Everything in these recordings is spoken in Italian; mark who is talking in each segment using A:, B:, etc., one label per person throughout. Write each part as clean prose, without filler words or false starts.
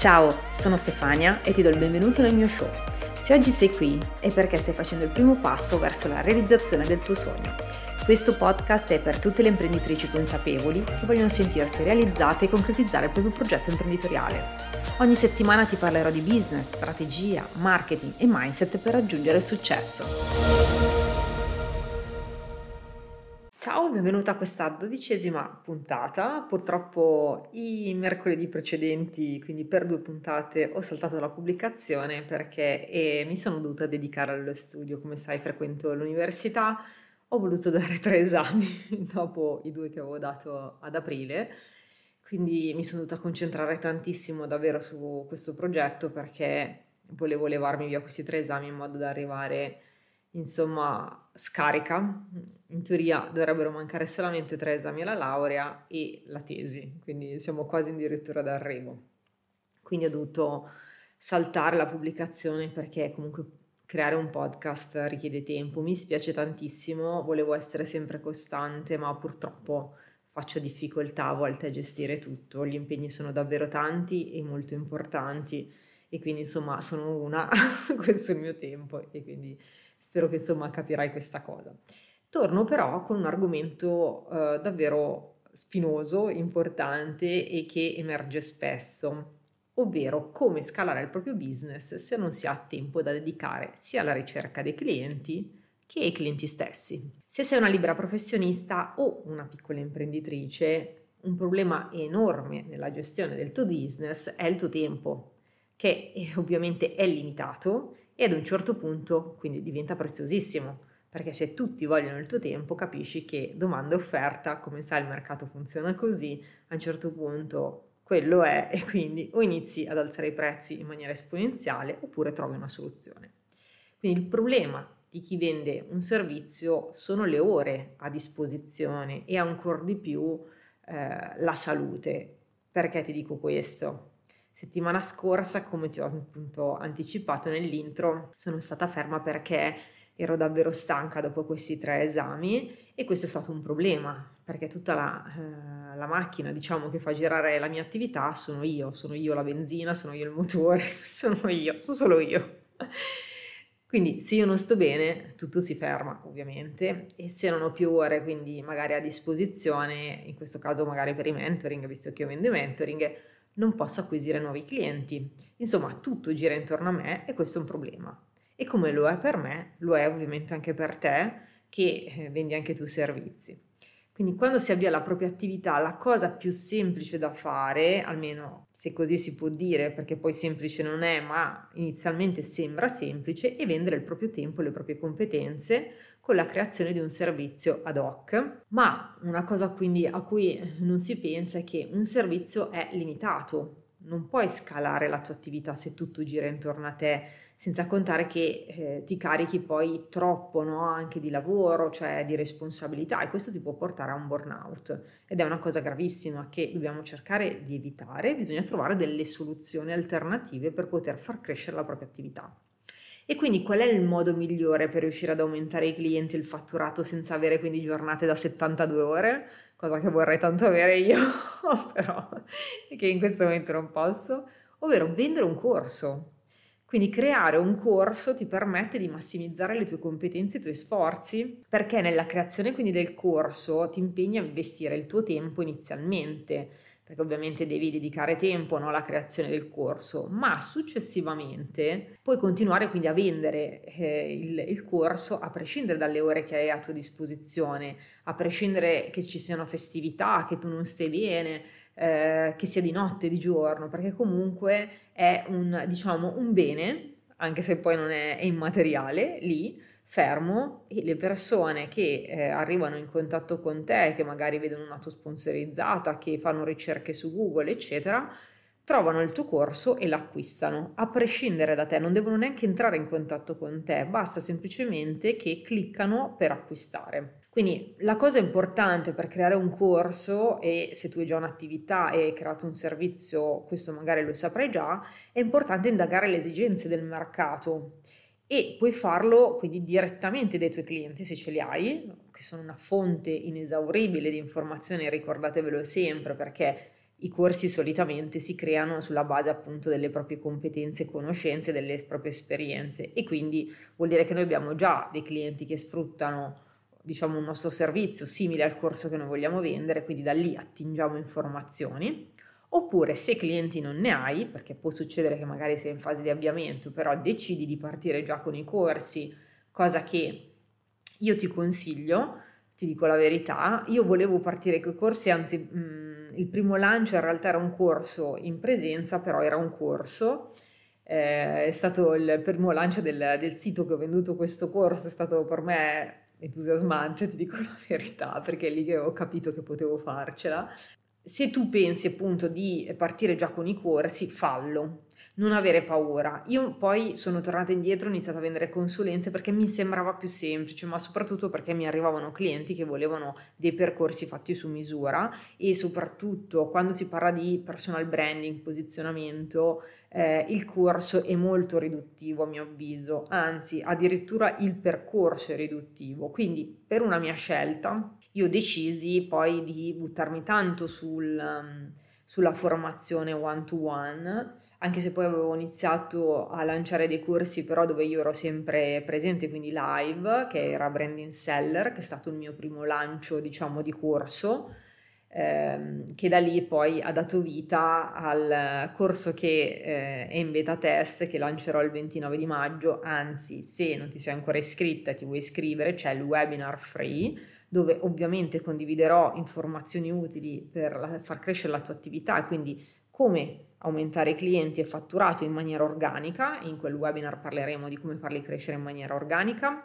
A: Ciao, sono Stefania e ti do il benvenuto nel mio show. Se oggi sei qui è perché stai facendo il primo passo verso la realizzazione del tuo sogno. Questo podcast è per tutte le imprenditrici consapevoli che vogliono sentirsi realizzate e concretizzare il proprio progetto imprenditoriale. Ogni settimana ti parlerò di business, strategia, marketing e mindset per raggiungere il successo. Ciao e benvenuta a questa 12ª puntata. Purtroppo i mercoledì precedenti, quindi per 2 puntate, ho saltato la pubblicazione perché mi sono dovuta dedicare allo studio. Come sai, frequento l'università, ho voluto dare 3 esami dopo i 2 che avevo dato ad aprile, quindi mi sono dovuta concentrare tantissimo davvero su questo progetto perché volevo levarmi via questi 3 esami in modo da arrivare scarica. In teoria dovrebbero mancare solamente 3 esami alla laurea e la tesi, quindi siamo quasi addirittura d'arrivo. Quindi ho dovuto saltare la pubblicazione perché comunque creare un podcast richiede tempo. Mi spiace tantissimo, volevo essere sempre costante, ma purtroppo faccio difficoltà a volte a gestire tutto. Gli impegni sono davvero tanti e molto importanti e quindi sono una, questo è il mio tempo e quindi spero che capirai questa cosa. Torno però con un argomento davvero spinoso, importante e che emerge spesso, ovvero come scalare il proprio business se non si ha tempo da dedicare sia alla ricerca dei clienti che ai clienti stessi. Se sei una libera professionista o una piccola imprenditrice, un problema enorme nella gestione del tuo business è il tuo tempo, che ovviamente è limitato e ad un certo punto quindi diventa preziosissimo, perché se tutti vogliono il tuo tempo capisci che domanda e offerta, come sai il mercato funziona così, a un certo punto quello è e quindi o inizi ad alzare i prezzi in maniera esponenziale oppure trovi una soluzione. Quindi il problema di chi vende un servizio sono le ore a disposizione e ancor di più la salute. Perché ti dico questo? Settimana scorsa, come ti ho appunto anticipato nell'intro, sono stata ferma perché ero davvero stanca dopo questi 3 esami e questo è stato un problema perché tutta la macchina, diciamo, che fa girare la mia attività sono io la benzina, sono io il motore, sono solo io. Quindi se io non sto bene, tutto si ferma ovviamente e se non ho più ore, quindi magari a disposizione, in questo caso magari per i mentoring, visto che io vendo mentoring, non posso acquisire nuovi clienti. Insomma, tutto gira intorno a me e questo è un problema. E come lo è per me, lo è ovviamente anche per te che vendi anche tu servizi. Quindi quando si avvia la propria attività, la cosa più semplice da fare, almeno se così si può dire, perché poi semplice non è, ma inizialmente sembra semplice, è vendere il proprio tempo e le proprie competenze con la creazione di un servizio ad hoc. Ma una cosa quindi a cui non si pensa è che un servizio è limitato. Non puoi scalare la tua attività se tutto gira intorno a te, senza contare che ti carichi poi troppo, no? Anche di lavoro, cioè di responsabilità, e questo ti può portare a un burnout ed è una cosa gravissima che dobbiamo cercare di evitare. Bisogna trovare delle soluzioni alternative per poter far crescere la propria attività. E quindi qual è il modo migliore per riuscire ad aumentare i clienti e il fatturato senza avere quindi giornate da 72 ore? Cosa che vorrei tanto avere io, però che in questo momento non posso, ovvero vendere un corso. Quindi creare un corso ti permette di massimizzare le tue competenze e i tuoi sforzi, perché nella creazione quindi del corso ti impegni a investire il tuo tempo inizialmente, perché ovviamente devi dedicare tempo, no, alla creazione del corso, ma successivamente puoi continuare quindi a vendere il corso a prescindere dalle ore che hai a tua disposizione, a prescindere che ci siano festività, che tu non stai bene, che sia di notte, di giorno, perché comunque è un bene, anche se poi non è immateriale, lì, fermo, e le persone che arrivano in contatto con te, che magari vedono una tua sponsorizzata, che fanno ricerche su Google, eccetera, trovano il tuo corso e l'acquistano, a prescindere da te, non devono neanche entrare in contatto con te, basta semplicemente che cliccano per acquistare. Quindi la cosa importante per creare un corso, e se tu hai già un'attività e hai creato un servizio, questo magari lo saprai già, è importante indagare le esigenze del mercato e puoi farlo quindi direttamente dai tuoi clienti se ce li hai, che sono una fonte inesauribile di informazioni, ricordatevelo sempre perché I corsi solitamente si creano sulla base appunto delle proprie competenze e conoscenze, delle proprie esperienze, e quindi vuol dire che noi abbiamo già dei clienti che sfruttano, diciamo, un nostro servizio simile al corso che noi vogliamo vendere, quindi da lì attingiamo informazioni. Oppure se clienti non ne hai, perché può succedere che magari sei in fase di avviamento, però decidi di partire già con i corsi, cosa che io ti consiglio, ti dico la verità. Io volevo partire con i corsi, anzi il primo lancio in realtà era un corso in presenza, però era un corso. È stato il primo lancio del sito che ho venduto questo corso, è stato per me entusiasmante, ti dico la verità, perché è lì che ho capito che potevo farcela. Se tu pensi appunto di partire già con i corsi, fallo, non avere paura. Io poi sono tornata indietro, ho iniziato a vendere consulenze perché mi sembrava più semplice, ma soprattutto perché mi arrivavano clienti che volevano dei percorsi fatti su misura, e soprattutto quando si parla di personal branding, posizionamento, il corso è molto riduttivo a mio avviso, anzi addirittura il percorso è riduttivo. Quindi per una mia scelta io decisi poi di buttarmi tanto sulla formazione one to one, anche se poi avevo iniziato a lanciare dei corsi però dove io ero sempre presente, quindi live, che era Branding Seller, che è stato il mio primo lancio, diciamo, di corso, che da lì poi ha dato vita al corso che è in beta test, che lancerò il 29 di maggio. Anzi, se non ti sei ancora iscritta e ti vuoi iscrivere, c'è il webinar free, dove ovviamente condividerò informazioni utili per far crescere la tua attività, e quindi come aumentare i clienti e fatturato in maniera organica. In quel webinar parleremo di come farli crescere in maniera organica,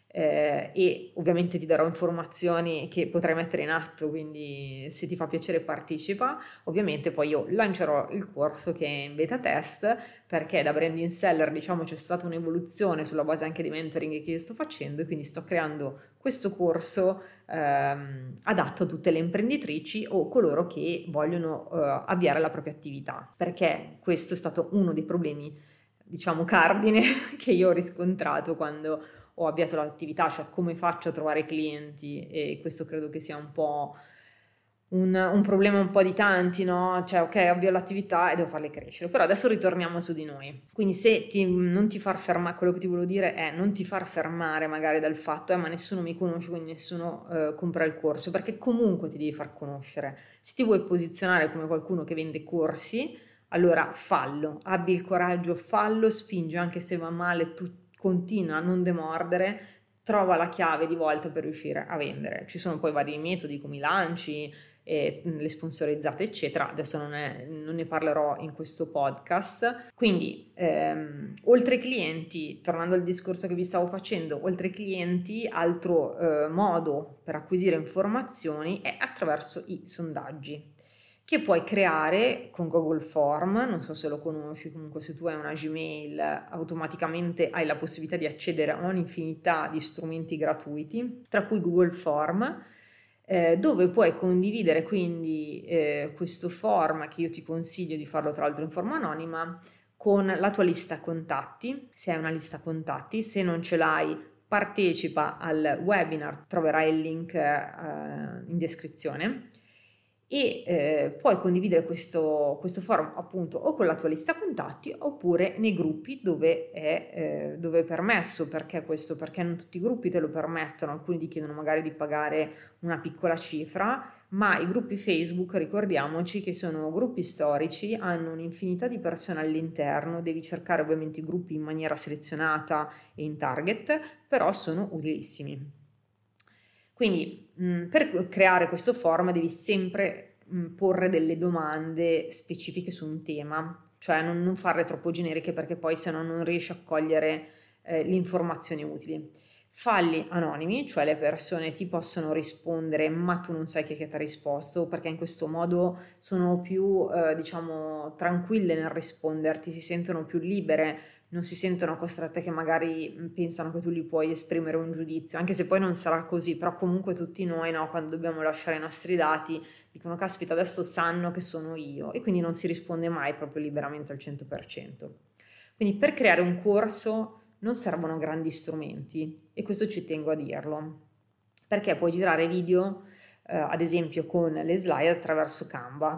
A: e ovviamente ti darò informazioni che potrai mettere in atto, quindi se ti fa piacere partecipa. Ovviamente poi io lancerò il corso che è in beta test, perché da branding seller, diciamo, c'è stata un'evoluzione sulla base anche di mentoring che io sto facendo, e quindi sto creando questo corso adatto a tutte le imprenditrici o coloro che vogliono avviare la propria attività, perché questo è stato uno dei problemi, diciamo, cardine che io ho riscontrato quando ho avviato l'attività, cioè come faccio a trovare clienti, e questo credo che sia un po' un problema un po' di tanti, no? Cioè, ok, avvio l'attività e devo farle crescere, però adesso ritorniamo su di noi. Quindi se non ti far fermare, quello che ti volevo dire è non ti far fermare magari dal fatto, ma nessuno mi conosce, quindi nessuno compra il corso, perché comunque ti devi far conoscere. Se ti vuoi posizionare come qualcuno che vende corsi, allora fallo, abbi il coraggio, fallo, spingi anche se va male, tu continua a non demordere, trova la chiave di volta per riuscire a vendere. Ci sono poi vari metodi come i lanci, le sponsorizzate eccetera, adesso non ne parlerò in questo podcast. Quindi oltre ai clienti, tornando al discorso che vi stavo facendo, oltre ai clienti, altro modo per acquisire informazioni è attraverso i sondaggi, che puoi creare con Google Form. Non so se lo conosci, comunque se tu hai una Gmail automaticamente hai la possibilità di accedere a un'infinità di strumenti gratuiti, tra cui Google Form, dove puoi condividere quindi questo form, che io ti consiglio di farlo tra l'altro in forma anonima, con la tua lista contatti, se hai una lista contatti. Se non ce l'hai, partecipa al webinar, troverai il link in descrizione, e puoi condividere questo forum appunto o con la tua lista contatti oppure nei gruppi dove è permesso. Perché questo? Perché non tutti i gruppi te lo permettono, alcuni ti chiedono magari di pagare una piccola cifra, ma i gruppi Facebook, ricordiamoci che sono gruppi storici, hanno un'infinità di persone all'interno, devi cercare ovviamente i gruppi in maniera selezionata e in target, però sono utilissimi. Quindi per creare questo forum devi sempre porre delle domande specifiche su un tema, cioè non farle troppo generiche, perché poi se no non riesci a cogliere le informazioni utili. Falli anonimi, cioè le persone ti possono rispondere ma tu non sai chi è che ti ha risposto, perché in questo modo sono più diciamo tranquille nel risponderti, si sentono più libere, non si sentono costrette che magari pensano che tu gli puoi esprimere un giudizio, anche se poi non sarà così. Però comunque tutti noi, no, quando dobbiamo lasciare i nostri dati, dicono caspita, adesso sanno che sono io, e quindi non si risponde mai proprio liberamente al 100%. Quindi per creare un corso non servono grandi strumenti, e questo ci tengo a dirlo, perché puoi girare video ad esempio con le slide attraverso Canva,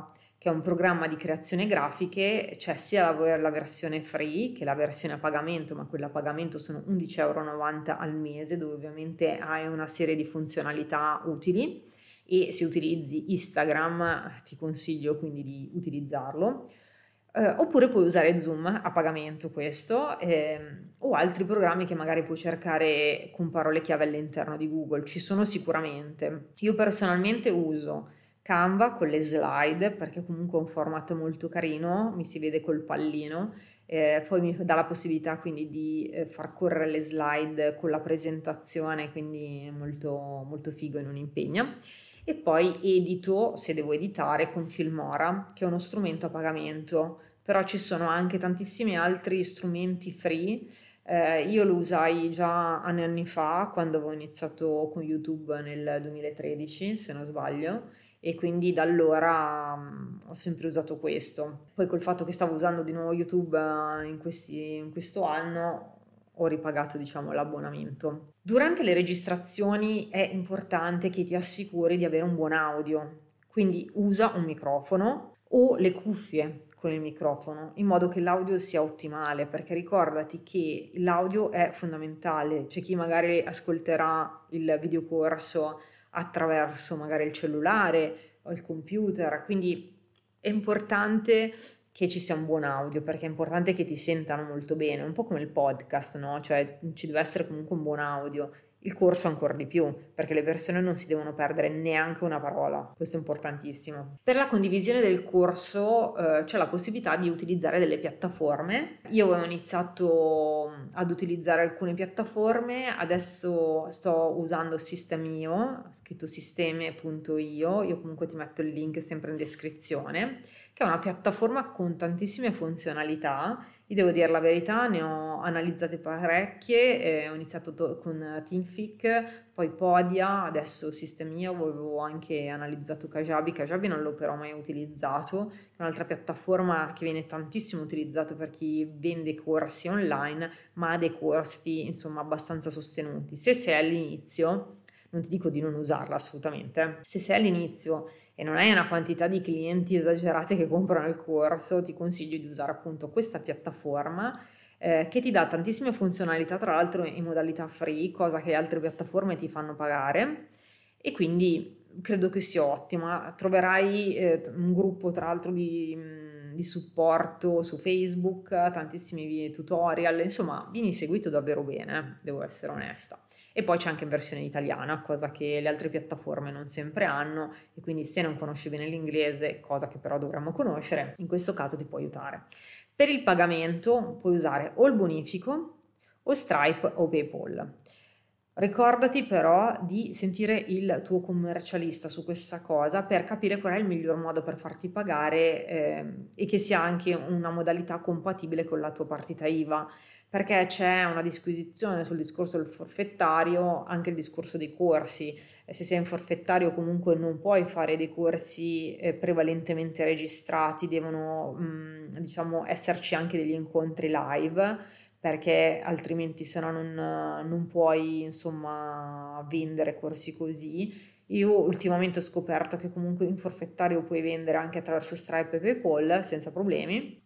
A: che è un programma di creazione grafiche. C'è sia la versione free che la versione a pagamento, ma quella a pagamento sono 11,90 € al mese, dove ovviamente hai una serie di funzionalità utili, e se utilizzi Instagram ti consiglio quindi di utilizzarlo. Oppure puoi usare Zoom a pagamento, questo, o altri programmi che magari puoi cercare con parole chiave all'interno di Google. Ci sono sicuramente. Io personalmente uso Canva con le slide, perché comunque è un formato molto carino, mi si vede col pallino, poi mi dà la possibilità quindi di far correre le slide con la presentazione, quindi è molto, molto figo e non impegna. E poi edito, se devo editare, con Filmora, che è uno strumento a pagamento, però ci sono anche tantissimi altri strumenti free. Io lo usai già anni fa, quando avevo iniziato con YouTube nel 2013, se non sbaglio, e quindi da allora ho sempre usato questo. Poi col fatto che stavo usando di nuovo YouTube in questo anno, ho ripagato, diciamo, l'abbonamento. Durante le registrazioni è importante che ti assicuri di avere un buon audio, quindi usa un microfono o le cuffie con il microfono, in modo che l'audio sia ottimale, perché ricordati che l'audio è fondamentale. C'è chi magari ascolterà il videocorso attraverso magari il cellulare o il computer, quindi è importante che ci sia un buon audio, perché è importante che ti sentano molto bene, un po' come il podcast, no? Cioè ci deve essere comunque un buon audio. Il corso ancora di più, perché le persone non si devono perdere neanche una parola, questo è importantissimo. Per la condivisione del corso c'è la possibilità di utilizzare delle piattaforme. Io avevo iniziato ad utilizzare alcune piattaforme, adesso sto usando System.io, scritto sisteme.io, io comunque ti metto il link sempre in descrizione, che è una piattaforma con tantissime funzionalità. Io devo dire la verità, ne ho analizzate parecchie, ho iniziato con Teamfic, poi Podia, adesso System.io, avevo anche analizzato Kajabi non l'ho però mai utilizzato, è un'altra piattaforma che viene tantissimo utilizzato per chi vende corsi online, ma ha dei costi insomma abbastanza sostenuti. Se sei all'inizio, non ti dico di non usarla assolutamente, se sei all'inizio e non hai una quantità di clienti esagerate che comprano il corso, ti consiglio di usare appunto questa piattaforma che ti dà tantissime funzionalità, tra l'altro in modalità free, cosa che altre piattaforme ti fanno pagare, e quindi credo che sia ottima. Troverai un gruppo tra l'altro di supporto su Facebook, tantissimi tutorial, insomma vieni seguito davvero bene, devo essere onesta. E poi c'è anche in versione italiana, cosa che le altre piattaforme non sempre hanno, e quindi se non conosci bene l'inglese, cosa che però dovremmo conoscere, in questo caso ti può aiutare. Per il pagamento puoi usare o il bonifico o Stripe o PayPal. Ricordati però di sentire il tuo commercialista su questa cosa per capire qual è il miglior modo per farti pagare e che sia anche una modalità compatibile con la tua partita IVA, perché c'è una disquisizione sul discorso del forfettario, anche il discorso dei corsi. Se sei in forfettario comunque non puoi fare dei corsi prevalentemente registrati, devono diciamo esserci anche degli incontri live, perché altrimenti se no non puoi insomma vendere corsi così. Io ultimamente ho scoperto che comunque in forfettario puoi vendere anche attraverso Stripe e PayPal senza problemi,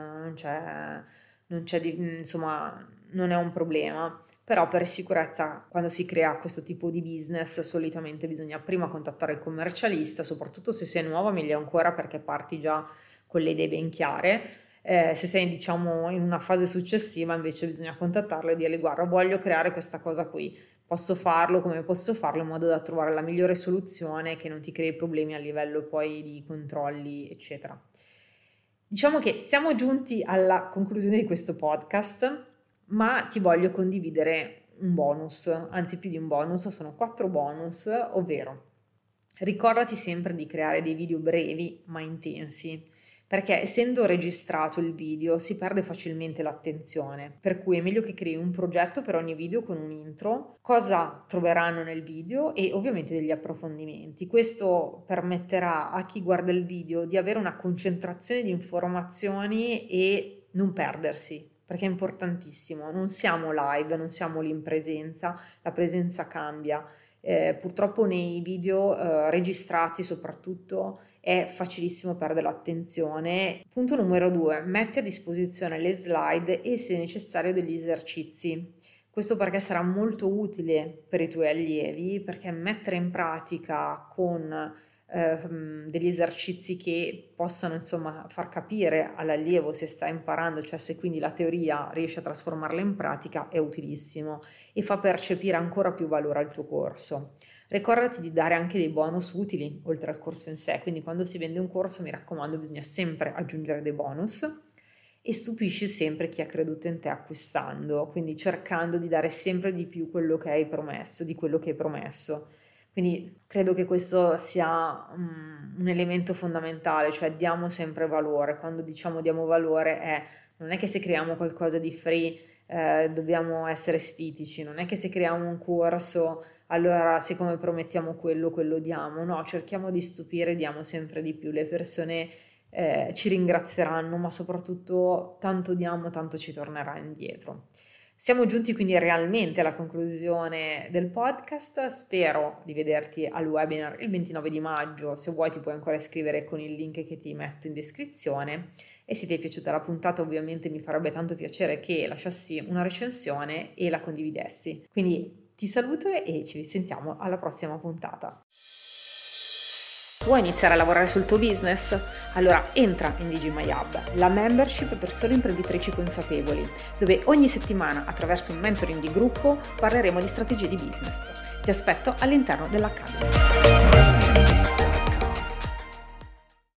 A: insomma non è un problema, però per sicurezza quando si crea questo tipo di business solitamente bisogna prima contattare il commercialista, soprattutto se sei nuova meglio ancora, perché parti già con le idee ben chiare. Se sei diciamo in una fase successiva invece bisogna contattarlo e dirgli: guarda, voglio creare questa cosa qui, posso farlo, come posso farlo, in modo da trovare la migliore soluzione che non ti crei problemi a livello poi di controlli eccetera. Diciamo che siamo giunti alla conclusione di questo podcast, ma ti voglio condividere un bonus, anzi più di un bonus, sono 4 bonus, ovvero ricordati sempre di creare dei video brevi ma intensi, perché essendo registrato il video si perde facilmente l'attenzione, per cui è meglio che crei un progetto per ogni video con un intro, cosa troveranno nel video e ovviamente degli approfondimenti. Questo permetterà a chi guarda il video di avere una concentrazione di informazioni e non perdersi, perché è importantissimo. Non siamo live, non siamo lì in presenza, la presenza cambia. Purtroppo nei video registrati soprattutto è facilissimo perdere l'attenzione. Punto numero 2, metti a disposizione le slide e se necessario degli esercizi. Questo perché sarà molto utile per i tuoi allievi, perché mettere in pratica con degli esercizi che possano insomma far capire all'allievo se sta imparando, cioè se quindi la teoria riesce a trasformarla in pratica, è utilissimo e fa percepire ancora più valore al tuo corso. Ricordati di dare anche dei bonus utili oltre al corso in sé, quindi quando si vende un corso, mi raccomando, bisogna sempre aggiungere dei bonus e stupisci sempre chi ha creduto in te acquistando, quindi cercando di dare sempre di più quello che hai promesso, di quello che hai promesso. Quindi credo che questo sia un elemento fondamentale, cioè diamo sempre valore. Quando diciamo diamo valore non è che se creiamo qualcosa di free dobbiamo essere stitici, non è che se creiamo un corso allora siccome promettiamo quello diamo, no, cerchiamo di stupire, diamo sempre di più, le persone ci ringrazieranno, ma soprattutto tanto diamo, tanto ci tornerà indietro. Siamo giunti quindi realmente alla conclusione del podcast, spero di vederti al webinar il 29 di maggio, se vuoi ti puoi ancora iscrivere con il link che ti metto in descrizione e se ti è piaciuta la puntata ovviamente mi farebbe tanto piacere che lasciassi una recensione e la condividessi. Quindi ti saluto e ci sentiamo alla prossima puntata. Vuoi iniziare a lavorare sul tuo business? Allora entra in DigiMyHub, la membership per sole imprenditrici consapevoli, dove ogni settimana attraverso un mentoring di gruppo parleremo di strategie di business. Ti aspetto all'interno dell'Academy.